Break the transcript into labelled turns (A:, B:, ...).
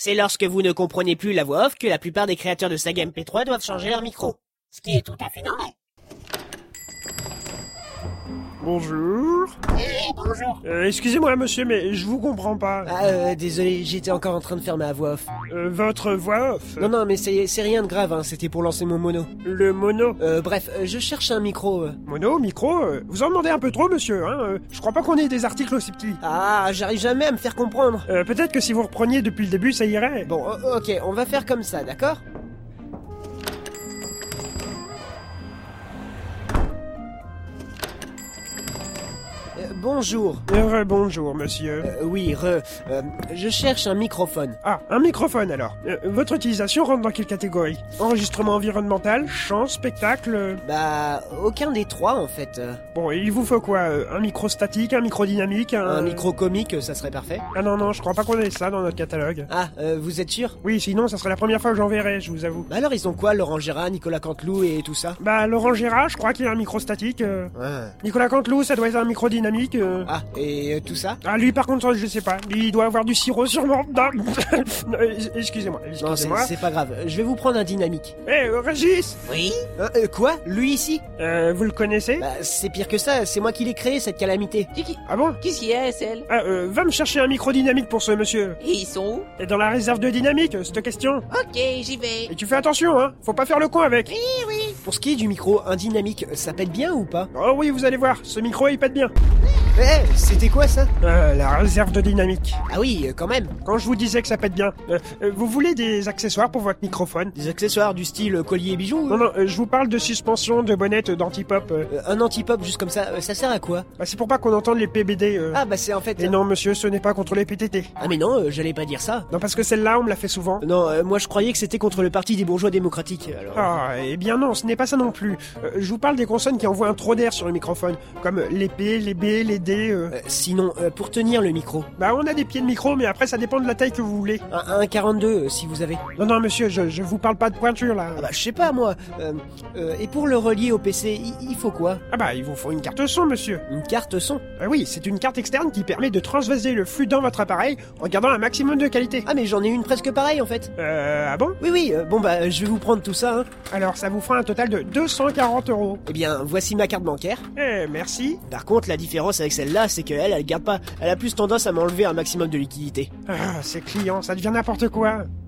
A: C'est lorsque vous ne comprenez plus la voix off que la plupart des créateurs de saga MP3 doivent changer leur micro. Ce qui est tout à fait normal.
B: Bonjour.
A: Bonjour.
B: Excusez-moi monsieur, mais je vous comprends pas.
A: Désolé, j'étais encore en train de faire ma voix off.
B: Votre voix off.
A: Non, mais c'est rien de grave, hein, c'était pour lancer mon mono.
B: Le mono.
A: Bref, je cherche un micro.
B: Mono, micro, vous en demandez un peu trop monsieur, hein. Je crois pas qu'on ait des articles aussi petits.
A: Ah, j'arrive jamais à me faire comprendre.
B: Peut-être que si vous repreniez depuis le début, ça irait.
A: Bon, ok, on va faire comme ça, d'accord ? Bonjour.
B: Bonjour monsieur.
A: Oui, je cherche un microphone.
B: Ah, un microphone alors. Votre utilisation rentre dans quelle catégorie? Enregistrement environnemental, chant, spectacle?
A: Bah, aucun des trois en fait.
B: Bon, il vous faut quoi? Un micro statique, un micro dynamique,
A: Un micro comique, ça serait parfait.
B: Ah non, je crois pas qu'on ait ça dans notre catalogue.
A: Ah, vous êtes sûr?
B: Oui, sinon ça serait la première fois que j'en verrais, je vous avoue.
A: Bah alors ils ont quoi, Laurent Gérard, Nicolas Canteloup et tout ça?
B: Bah, Laurent Gérard, je crois qu'il a un micro statique.
A: Ouais.
B: Nicolas Canteloup, ça doit être un micro dynamique.
A: Ah, et tout ça?
B: Ah, lui par contre, je sais pas. Lui, il doit avoir du sirop sûrement. Non, excusez-moi.
A: Non, c'est pas grave. Je vais vous prendre un dynamique.
B: Régis!
A: Oui? Quoi? Lui ici?
B: Vous le connaissez?
A: Bah, c'est pire que ça. C'est moi qui l'ai créé, cette calamité.
B: Ah bon?
C: Qu'est-ce qu'il y a, SL?
B: Va me chercher un micro dynamique pour ce monsieur.
C: Et ils sont où?
B: Et dans la réserve de dynamique, cette question.
C: Ok, j'y vais.
B: Et tu fais attention, hein. Faut pas faire le con avec.
A: Pour ce qui est du micro, un dynamique, ça pète bien ou pas?
B: Oh oui, vous allez voir. Ce micro, il pète bien.
A: C'était quoi ça?
B: La réserve de dynamique.
A: Ah oui, quand même.
B: Quand je vous disais que ça pète bien, vous voulez des accessoires pour votre microphone?
A: Des accessoires du style collier et bijoux?
B: Non, je vous parle de suspension, de bonnette, d'anti-pop.
A: Un anti-pop juste comme ça sert à quoi?
B: Bah, c'est pour pas qu'on entende les PBD.
A: Ah bah c'est en fait...
B: Et non, monsieur, ce n'est pas contre les PTT.
A: Ah mais non, j'allais pas dire ça.
B: Non, parce que celle-là, on me l'a fait souvent.
A: Non, moi je croyais que c'était contre le parti des bourgeois démocratiques, alors...
B: Ah, eh bien non, ce n'est pas ça non plus. Je vous parle des consonnes qui envoient un trop d'air sur le microphone, comme les P, les B, les D...
A: Sinon, pour tenir le micro...
B: Bah, on a des pieds de micro, mais après, ça dépend de la taille que vous voulez.
A: Un 42, si vous avez...
B: Non, monsieur, je vous parle pas de pointure, là.
A: Ah bah je sais pas, moi. Et pour le relier au PC, il faut quoi?
B: Ah bah, il vous faut une carte son, monsieur.
A: Une carte son?
B: Oui, c'est une carte externe qui permet de transvaser le flux dans votre appareil en gardant un maximum de qualité.
A: Ah mais j'en ai une presque pareille, en fait.
B: Ah bon?
A: Oui, bon bah, je vais vous prendre tout ça, hein.
B: Alors, ça vous fera un total de 240 €.
A: Eh bien, voici ma carte bancaire.
B: Merci.
A: Par contre, la différence avec celle-là, c'est qu'elle garde pas... Elle a plus tendance à m'enlever un maximum de liquidité.
B: Ah, ces clients, ça devient n'importe quoi.